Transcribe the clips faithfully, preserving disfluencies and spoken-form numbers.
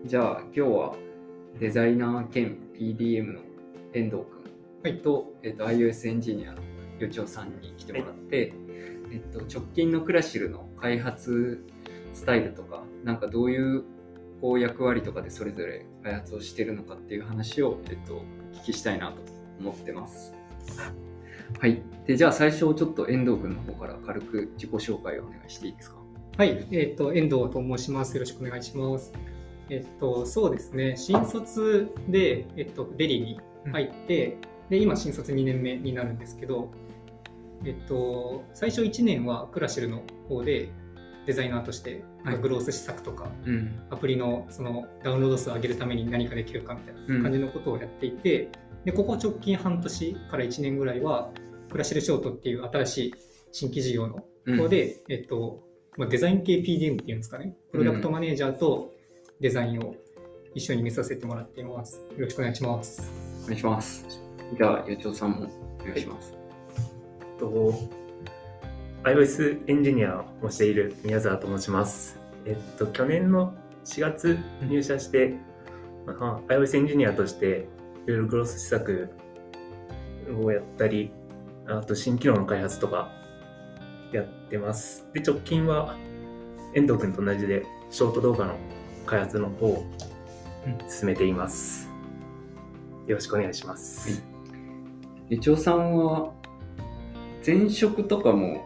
じゃあ今日はデザイナー兼 ピーディーエム の遠藤君と、はいえっと、iOS エンジニアの余長さんに来てもらって、はいえっと、直近のクラシルの開発スタイルとか、なんかどういうこう役割とかでそれぞれ開発をしているのかっていう話を、えっと、お聞きしたいなと思ってます。はい。で、じゃあ最初ちょっと遠藤君の方から軽く自己紹介をお願いしていいですか？ はい、えっと、遠藤と申します。よろしくお願いします。えっと、そうですね、新卒で、えっと、デリに入って、うん、で、今、新卒にねんめになるんですけど、えっと、最初いちねんはクラシルの方でデザイナーとして、はい、グロース施策とか、うん、アプリのそのダウンロード数を上げるために何かできるかみたいな感じのことをやっていて、うん、でここ直近半年からいちねんぐらいは、クラシルショートっていう新しい新規事業の方で、うんえっとまあ、デザイン系 ピーディーエム っていうんですかね、プロダクトマネージャーとデザインを一緒に見させてもらっています。よろしくお願いします。 お願いします。じゃあ、余長さんもお願いします。 はい、と iOS エンジニアをしている宮沢と申します。えっと、去年のしがつ入社して、うんまあ、iOS エンジニアとしていろいろグロース施策をやったり、あと新機能の開発とかやってます。で、直近は遠藤君と同じでショート動画の開発の方を進めています。よろしくお願いします。 余長さんは前職とかも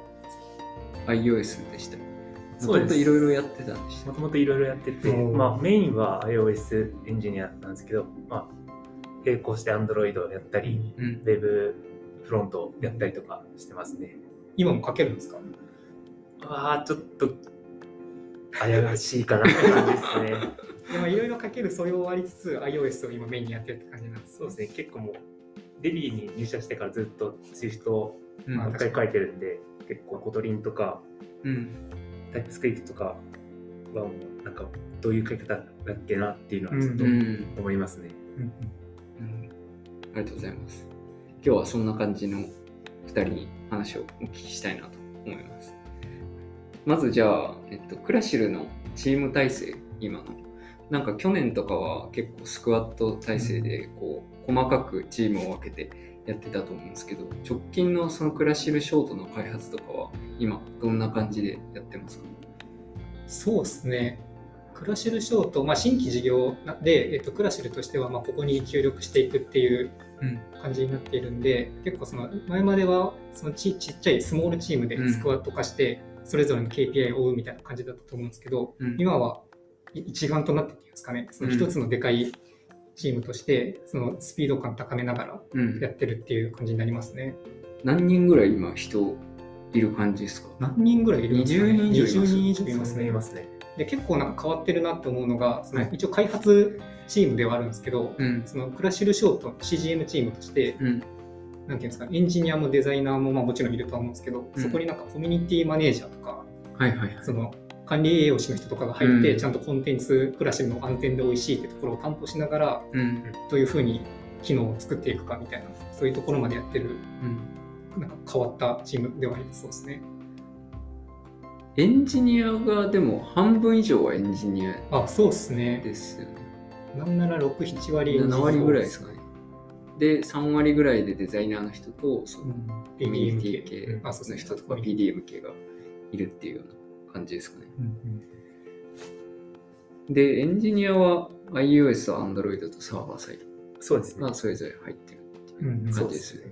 iOS でした。もともといろいろやってたんでした。 もともといろいろやってて、まあ、メインは iOS エンジニアなんですけど、まあ、並行して Android をやったり、うん、Web フロントをやったりとかしてますね。 今も書けるんですか？ ああ、ちょっと怪しいかなって感じですね。 でもいろいろ書ける素養はありつつ iOS を今メインにやってるって感じなんです。 そうですね。結構もうデビーに入社してからずっと Swift を何回書いてるんで、うん、結構コトリンとか、うん、タイプスクリプトとかはもうなんかどういう書き方だっけなっていうのはちょっと思いますね。うんうんうん、ありがとうございます。今日はそんな感じのふたりに話をお聞きしたいなと思います。まずじゃあ、えっと、クラシルのチーム体制、今のなんか去年とかは結構スクワット体制でこう細かくチームを分けてやってたと思うんですけど、直近のそのクラシルショートの開発とかは今どんな感じでやってますか？ そうですね、クラシルショート、まあ、新規事業で、えっと、クラシルとしてはまあここに協力していくっていう感じになっているんで、うん、結構その前まではその ち, ちっちゃいスモールチームでスクワット化してそれぞれの ケーピーアイ を追うみたいな感じだったと思うんですけど、うん、今は一丸となってっていうんですかね、その一つのでかいチームとしてそのスピード感高めながらやってるっていう感じになりますね。 うん、何人ぐらい今人いる感じですか？ 何人ぐらいいるんですかね？ にじゅうにん以上いますね。いますね。で結構なんか変わってるなと思うのが、その一応開発チームではあるんですけど、うん、そのクラシルショート シージーエム チームとして、うん、なんていうんですか、エンジニアもデザイナーもまあもちろんいるとは思うんですけど、うん、そこになんかコミュニティマネージャーとか、はいはいはい、その管理栄養士の人とかが入って、うん、ちゃんとコンテンツクラシルの安全で美味しいってところを担保しながら、うん、どういうふうに機能を作っていくかみたいな、そういうところまでやってる、うん、なんか変わったチームではありそうですね。 エンジニアがでも半分以上はエンジニアですよね。 あ、そうですね。なんならろく、なな割なな割ぐらいですかね。でさん割ぐらいでデザイナーの人とそのコミュニティ系の人とか ピーディーエム 系がいるっていうような感じですかね。うんうん、でエンジニアは iOS と Android とサーバーサイドがそれぞれ入ってるっていう感じですよね。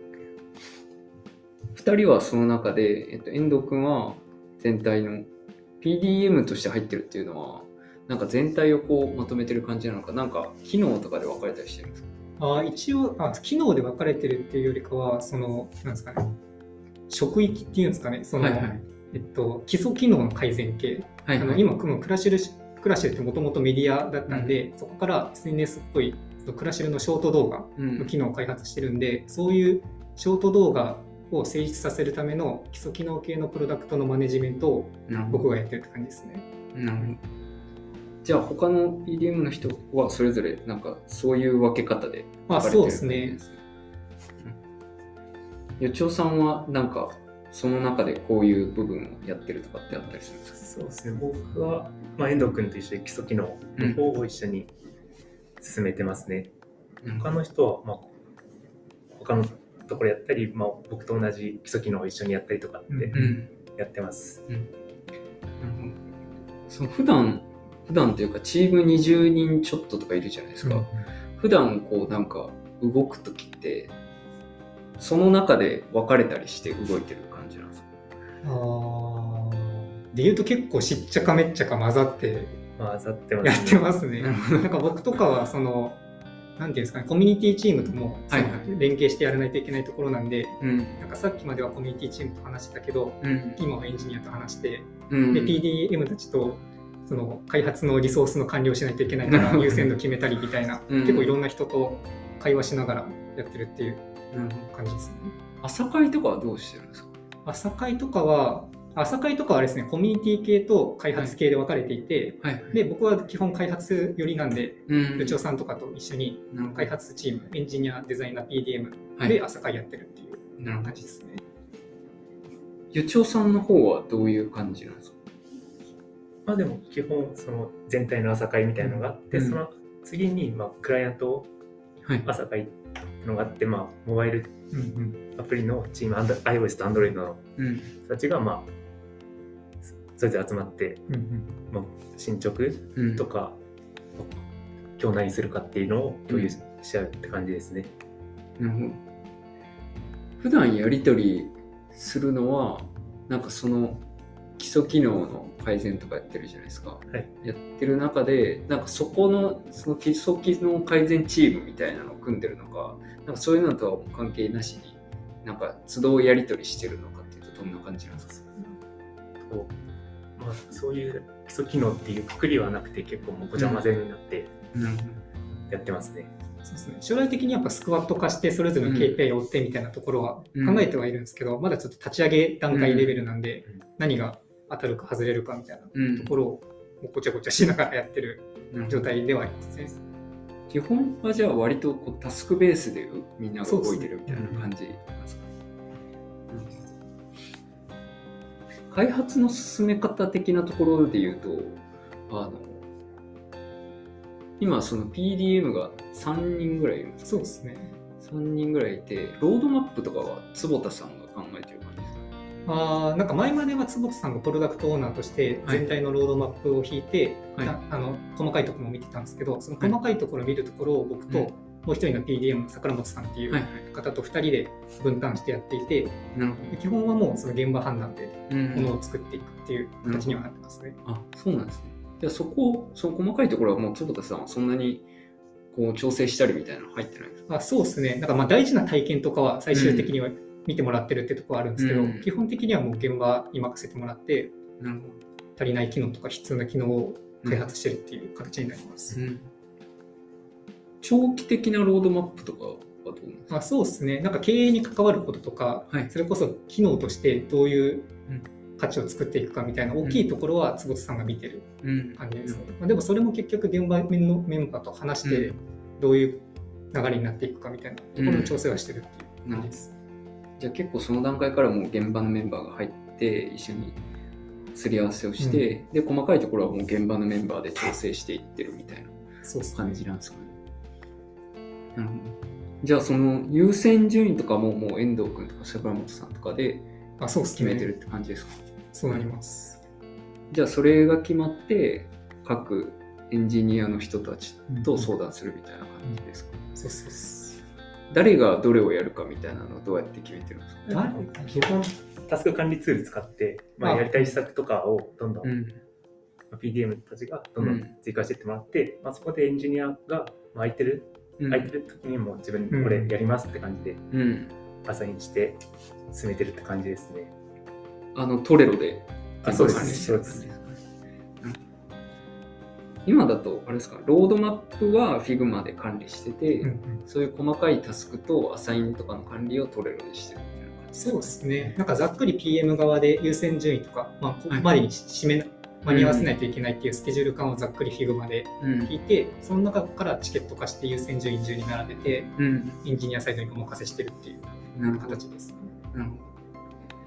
ふたりはその中で、えっと、遠藤君は全体の ピーディーエム として入ってるっていうのはなんか全体をこうまとめてる感じなのか、なんか機能とかで分かれたりしてるんですか？ あ、一応あ機能で分かれてるっていうよりかはそのなんですかね、職域っていうんですかね、その、はいはい、えっと、基礎機能の改善系、はいはい、あの今このクラシルクラシルってもともとメディアだったんで、うん、そこから エスエヌエス っぽいクラシルのショート動画の機能を開発してるんで、うん、そういうショート動画を成立させるための基礎機能系のプロダクトのマネジメントを僕がやってるって感じですね。 なるほど。じゃあ他の ピーディーエム の人はそれぞれなんかそういう分け方で分かれてるんですね。 あ、そうですね。 余長さんはなんかその中でこういう部分をやってるとかってあったりするんですか？ そうですね、僕は、まあ、遠藤君と一緒に基礎機能の方を一緒に進めてますね。うん、他の人は、まあ、他のところやったり、まあ、僕と同じ基礎機能を一緒にやったりとかってやってます。うんうんうん、その普段普段というかチームにじゅうにんちょっととかいるじゃないですか。うん、普段こうなんか動くときってその中で分かれたりして動いてる感じなんですか？ あで言うと結構しっちゃかめっちゃか混ざって混ざってますね。 やってますね。なんか僕とかはそのなんていうんですかね、コミュニティチームとも連携してやらないといけないところなんで、はいはい、なんかさっきまではコミュニティチームと話してたけど、うん、今はエンジニアと話して、うん、で ピーディーエム たちとその開発のリソースの管理をしないといけないから優先度決めたりみたいな、うん、結構いろんな人と会話しながらやってるっていう感じですね。 朝会とかはどうしてるんですか？ 朝会とかは朝会とかはですね、コミュニティ系と開発系で分かれていて、はいはいはい、で僕は基本開発寄りなんで、部長さんとかと一緒に開発チーム、エンジニア、デザイナー、ピーディーエム で朝会やってるっていう感じですね。 部長さんの方はどういう感じなんですか？ まあでも基本その全体の朝会みたいなのがあって、うん、その次にまあクライアント朝会っていうのがあって、まあモバイルアプリのチーム、iOS と Android の人たちがまあそれぞれ集まって、うんうんまあ、進捗とか、うん、今日何するかっていうのを共有しちゃうって感じですね。 なるほど。普段やり取りするのはなんかその基礎機能の改善とかやってるじゃないですか、はい、やってる中でなんかそこのその基礎機能改善チームみたいなのを組んでるのか、なんかそういうのとは関係なしになんか都度やり取りしてるのかっていうとどんな感じなんですか？ こうまあ、そういう基礎機能っていうくくりはなくて結構もうごちゃ混ぜになってやってますね。 うんうん、そうですね。将来的にやっぱスクワット化してそれぞれの ケーピーアイ を追ってみたいなところは考えてはいるんですけど、うん、まだちょっと立ち上げ段階レベルなんで、うん、何が当たるか外れるかみたいなところをごちゃごちゃしながらやってる状態ではありますね。 うん、基本はじゃあ割とこうタスクベースでみんなが動いてるみたいな感じですか？開発の進め方的なところで言うと、あの今その ピーディーエム がさんにんぐらいいるんですか？ そうですね。 さんにんぐらいいて、ロードマップとかは坪田さんが考えてる感じですか？ あなんか前までは坪田さんがプロダクトオーナーとして全体のロードマップを引いて、はい、あの細かいところも見てたんですけど、その細かいところを見るところを僕と、はい、もう一人の ピーディーエム の桜本さんっていう方とふたりで分担してやっていて、はいはい、基本はもうその現場判断でものを作っていくっていう形にはなってますね。 うん、あ、そうなんですね。じゃあそこ、その細かいところはもう坪田さんはそんなにこう調整したりみたいなの入ってないんですか？ あ、そうですね。だからまあ大事な体験とかは最終的には見てもらってるってところはあるんですけど、うん、基本的にはもう現場に任せてもらって、うん、足りない機能とか必要な機能を開発してるっていう形になります。うんうん、 長期的なロードマップとかはどうなんですか？ あ、そうですね。なんか経営に関わることとか、はい、それこそ機能としてどういう価値を作っていくかみたいな大きいところは坪田さんが見てる感じですね。うんまあ、でもそれも結局現場のメンバーと話してどういう流れになっていくかみたいなところの調整はしてるっていう感じです。うんうん、じゃあ結構その段階からもう現場のメンバーが入って一緒にすり合わせをして、うん、で細かいところはもう現場のメンバーで調整していってるみたいな感じなんですかね。なるほど。じゃあその優先順位とかももう遠藤君とか桜本さんとかで決めてるって感じですか？ そうなります。 じゃあそれが決まって各エンジニアの人たちと相談するみたいな感じですか？ うん、そうそうそう。 誰がどれをやるかみたいなのはどうやって決めてるんですか？ 基本タスク管理ツール使って、まあ、やりたい施策とかをどんどん、うん、ピーディーエム たちがどんどん追加していってもらって、うんまあ、そこでエンジニアが空いてる、うん、空いてる時にも自分これやりますって感じで、うん、アサインして進めてるって感じですね。 あのトレロで管理してるんですね。 今だとあれですか、ロードマップは Figma で管理してて、うんうん、そういう細かいタスクとアサインとかの管理をトレロでしてるみたいな感じですか？ そうですね。なんかざっくり ピーエム 側で優先順位とか、まあ、ここまでに締め、はい、間に合わせないといけないっていうスケジュール感をざっくり Figma で引いて、うん、その中からチケット化して優先順位順に並べて、うん、エンジニアサイドにお任せしてるっていう形ですね。 なるほど。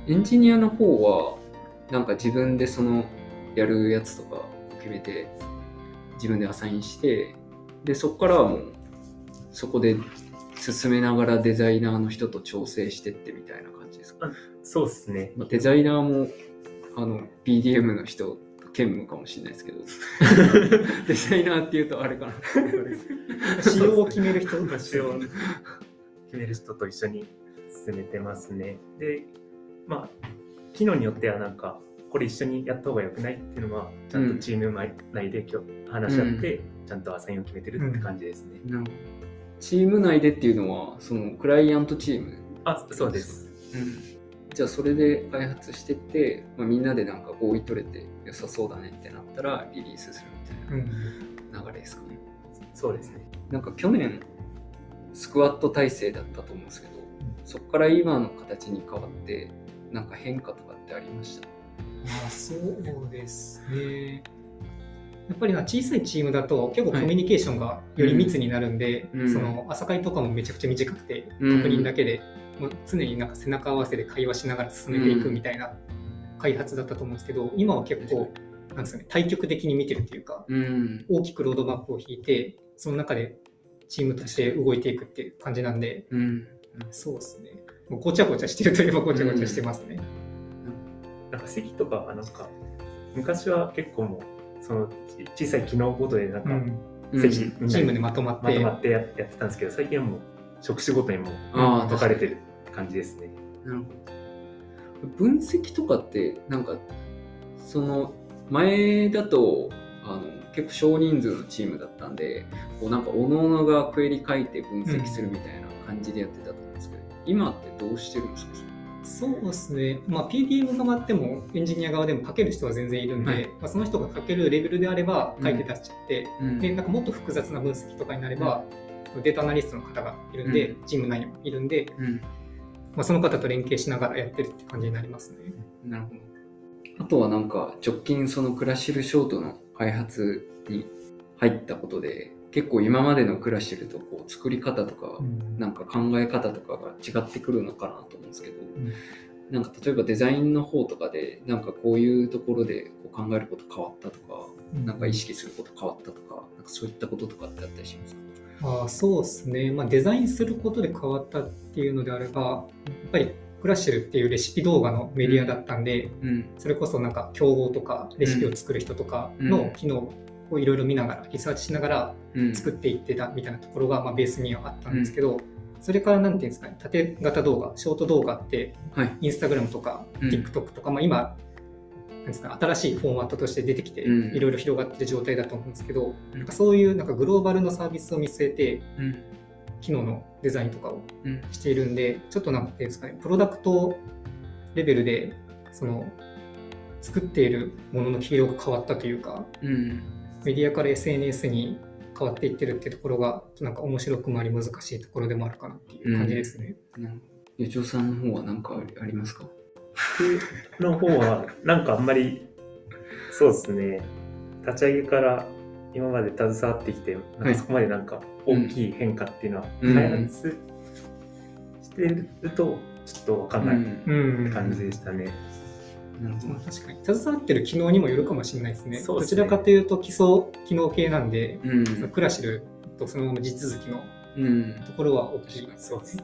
エンジニアの方はなんか自分でそのやるやつとかを決めて自分でアサインして、でそこからはもうそこで進めながらデザイナーの人と調整してってみたいな感じですか？ そうですね。 まあ、デザイナーもあの ピーディーエム の人兼務かもしれないですけどデザイナーっていうとあれかな仕様を決める人と仕様を決める人と一緒に進めてますね。で、まあ機能によってはなんかこれ一緒にやった方が良くないっていうのはちゃんとチーム内で今日話し合って、うん、ちゃんとアサインを決めてるって感じですね。 うん、チーム内でっていうのはそのクライアントチーム？ あ、そうです。 うん、じゃあそれで開発してって、まあ、みんなでなんか合意取れて良さそうだねってなったらリリースするみたいな流れですかね。 うん、そうですね。 なんか去年スクワット体制だったと思うんですけど、そこから今の形に変わってなんか変化とかってありました？ あ、そうですね。やっぱりな小さいチームだと結構コミュニケーションがより密になるんで、はい、その朝会とかもめちゃくちゃ短くて、うん、確認だけでもう常になんか背中合わせで会話しながら進めていくみたいな開発だったと思うんですけど、今は結構なんですかね、対極的に見てるというか、うん、大きくロードマップを引いてその中でチームとして動いていくっていう感じなんで、うん、そうですね。もうごちゃごちゃしてるといえばごちゃごちゃしてますね。 うん、なんか席とかはなんか昔は結構もうその小さい機能ごとでなんか席、 うん、チームでまとまってまとまってやってたんですけど、最近はもう職種ごとにも分かれてる感じですね。 なるほど。分析とかってなんかその前だとあの結構少人数のチームだったんで、こうなんか各々がクエリ書いて分析するみたいな感じでやってたと思うんですけど、うん、今ってどうしてるんですか？ そうですね、まあ、ピーディーエム 側でもエンジニア側でも書ける人は全然いるんで、はい、まあ、その人が書けるレベルであれば書いて出しちゃって、うん、でなんかもっと複雑な分析とかになれば、うん、データアナリストの方がいるんで、うん、チーム内にもいるんで、うん、まあ、その方と連携しながらやってるって感じになりますね。 なるほど。あとはなんか直近そのクラシルショートの開発に入ったことで結構今までのクラシルとこう作り方とか、うん、なんか考え方とかが違ってくるのかなと思うんですけど、うん、なんか例えばデザインの方とかでなんかこういうところでこう考えること変わったとか、うん、なんか意識すること変わったとか、なんかそういったこととかってあったりしますか？ あ、そうですね、まあ、デザインすることで変わったっていうのであればやっぱりクラシルっていうレシピ動画のメディアだったんで、うん、それこそなんか競合とかレシピを作る人とかの機能をいろいろ見ながらリサーチしながら作っていってたみたいなところがまあベースにはあったんですけど、うん、それからなんていうんですかね、縦型動画、ショート動画ってインスタグラムとか TikTok とか、うん、まあ、今なんですか、新しいフォーマットとして出てきていろいろ広がってる状態だと思うんですけど、うん、なんかそういうなんかグローバルのサービスを見据えて、うん、機能のデザインとかをしているんで、ちょっとなんていうんですかね、プロダクトレベルでその作っているものの黄色が変わったというか、うん、メディアから エスエヌエス に変わっていってるっていうところがなんか面白くもあり難しいところでもあるかなっていう感じですね。 ゆちおさんの方は何かありますか？ 僕の方はなんかあんまりそうですね、立ち上げから今まで携わってきて、なんかそこまでなんか大きい変化っていうのは開発してるとちょっと分かんないって感じでしたね。 なるほど、確かに携わってる機能にもよるかもしれないですね。どちらかというと基礎機能系なんで、うん、そのクラシルとそのまま地続きのところは大きい、うん、 そうですね。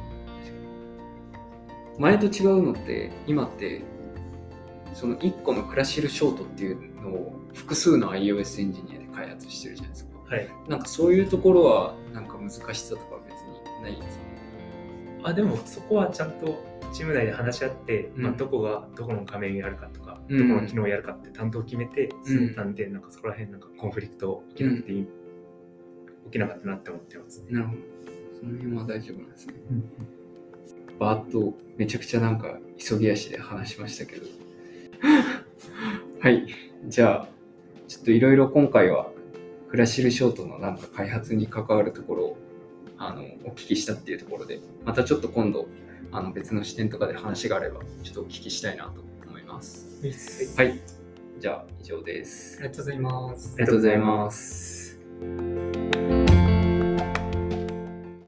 前と違うのって今ってそのいっこのクラシルショートっていうのを複数の iOS エンジニアで開発してるじゃないですか。はい、なんかそういうところはなんか難しさとか別にないですか？ あ、でもそこはちゃんとチーム内で話し合って、うん、まあ、どこがどこの画面をやるかとか、うん、どこの機能をやるかって担当を決めて進んだんで、うん、なんかそこら辺なんかコンフリクト起きなくていい、うん、起きなかったなって思ってますね。 なるほど、その辺は大丈夫なんですね。うん、バーッとめちゃくちゃなんか急ぎ足で話しましたけどはい、じゃあちょっといろいろ今回はクラシルショートのなんか開発に関わるところをあのお聞きしたっていうところで、またちょっと今度あの別の視点とかで話があればちょっとお聞きしたいなと思います。はい、じゃあ以上です。 ありがとうございます。 ありがとうございます。